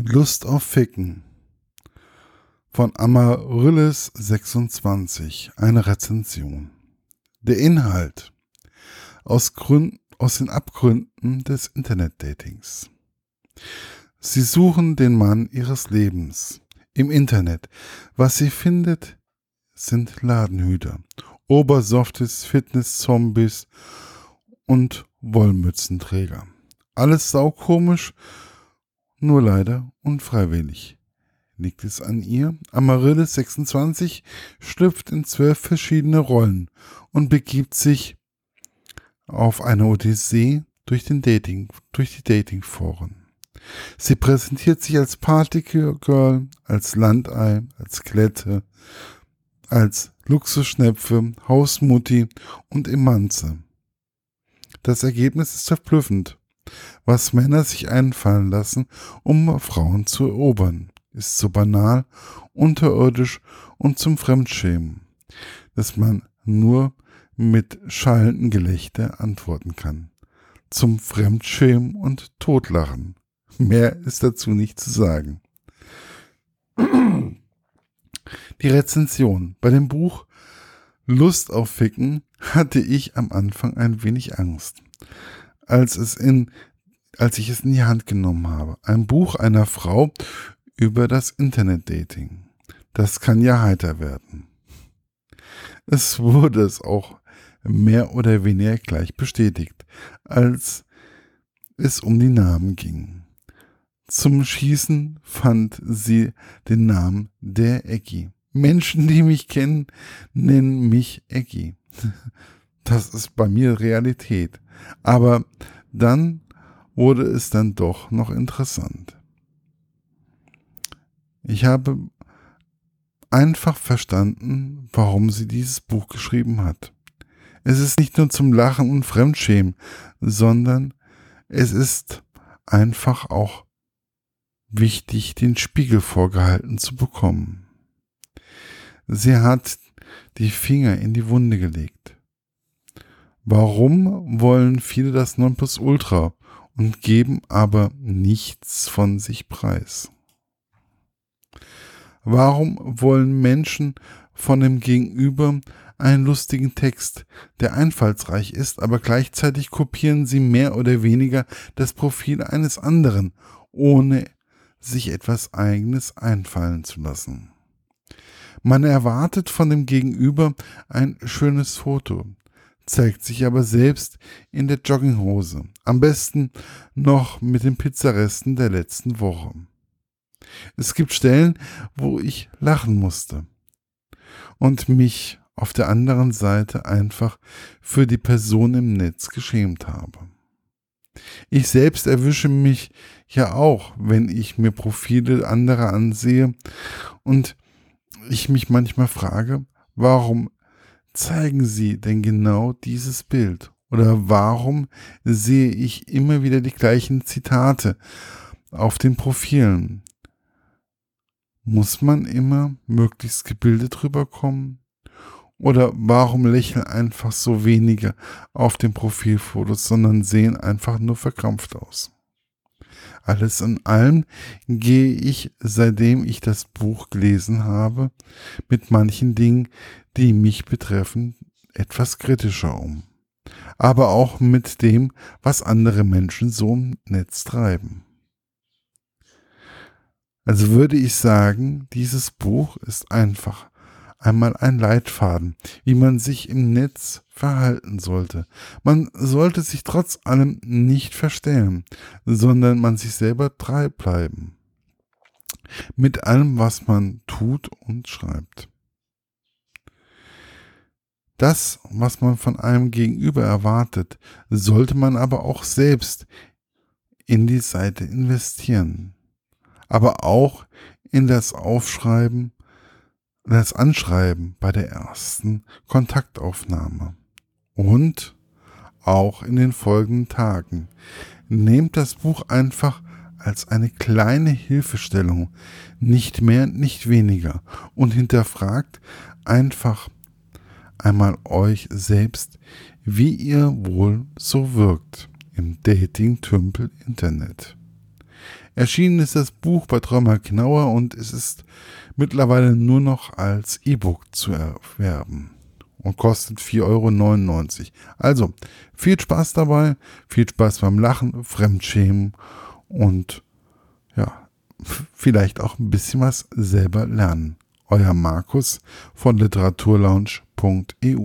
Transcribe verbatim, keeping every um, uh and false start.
Lust auf Ficken von Amaryllis sechsundzwanzig, eine Rezension. Der Inhalt: aus, Gründen, aus den Abgründen des Internetdatings. Sie suchen den Mann ihres Lebens im Internet. Was sie findet, sind Ladenhüter, Obersofties, Fitness-Zombies und Wollmützenträger. Alles saukomisch, nur leider unfreiwillig. Liegt es an ihr? Amaryllis sechsundzwanzig schlüpft in zwölf verschiedene Rollen und begibt sich auf eine Odyssee durch, den Dating, durch die Datingforen. Sie präsentiert sich als Partygirl, als Landei, als Klette, als Luxusschnepfe, Hausmutti und Emanze. Das Ergebnis ist verblüffend. Was Männer sich einfallen lassen, um Frauen zu erobern, ist so banal, unterirdisch und zum Fremdschämen, dass man nur mit schallendem Gelächter antworten kann. Zum Fremdschämen und Totlachen. Mehr ist dazu nicht zu sagen. Die Rezension. Bei dem Buch Lust auf Ficken hatte ich am Anfang ein wenig Angst, als es in, als ich es in die Hand genommen habe. Ein Buch einer Frau über das Internetdating. Das kann ja heiter werden. Es wurde es auch mehr oder weniger gleich bestätigt, als es um die Namen ging. Zum Schießen fand sie den Namen der Eggi. Menschen, die mich kennen, nennen mich Eggi. Das ist bei mir Realität. Aber dann wurde es dann doch noch interessant. Ich habe einfach verstanden, warum sie dieses Buch geschrieben hat. Es ist nicht nur zum Lachen und Fremdschämen, sondern es ist einfach auch wichtig, den Spiegel vorgehalten zu bekommen. Sie hat die Finger in die Wunde gelegt. Warum wollen viele das Nonplusultra und geben aber nichts von sich preis? Warum wollen Menschen von dem Gegenüber einen lustigen Text, der einfallsreich ist, aber gleichzeitig kopieren sie mehr oder weniger das Profil eines anderen, ohne sich etwas Eigenes einfallen zu lassen? Man erwartet von dem Gegenüber ein schönes Foto, zeigt sich aber selbst in der Jogginghose, am besten noch mit den Pizzaresten der letzten Woche. Es gibt Stellen, wo ich lachen musste und mich auf der anderen Seite einfach für die Person im Netz geschämt habe. Ich selbst erwische mich ja auch, wenn ich mir Profile anderer ansehe und ich mich manchmal frage, warum zeigen sie denn genau dieses Bild? Oder warum sehe ich immer wieder die gleichen Zitate auf den Profilen? Muss man immer möglichst gebildet rüberkommen? Oder warum lächeln einfach so wenige auf den Profilfotos, sondern sehen einfach nur verkrampft aus? Alles in allem gehe ich, seitdem ich das Buch gelesen habe, mit manchen Dingen, die mich betreffen, etwas kritischer um. Aber auch mit dem, was andere Menschen so im Netz treiben. Also würde ich sagen, dieses Buch ist einfach einmal ein Leitfaden, wie man sich im Netz verhalten sollte. Man sollte sich trotz allem nicht verstellen, sondern man sich selber treu bleiben. Mit allem, was man tut und schreibt. Das, was man von einem Gegenüber erwartet, sollte man aber auch selbst in die Seite investieren. Aber auch in das Aufschreiben, das Anschreiben bei der ersten Kontaktaufnahme. Und auch in den folgenden Tagen. Nehmt das Buch einfach als eine kleine Hilfestellung, nicht mehr, nicht weniger, und hinterfragt einfach einmal euch selbst, wie ihr wohl so wirkt im Dating-Tümpel Internet. Erschienen ist das Buch bei Träumer Knauer und es ist mittlerweile nur noch als E-Book zu erwerben und kostet vier Euro neunundneunzig. Also, viel Spaß dabei, viel Spaß beim Lachen, Fremdschämen und ja, vielleicht auch ein bisschen was selber lernen. Euer Markus von literaturlaunch punkt e u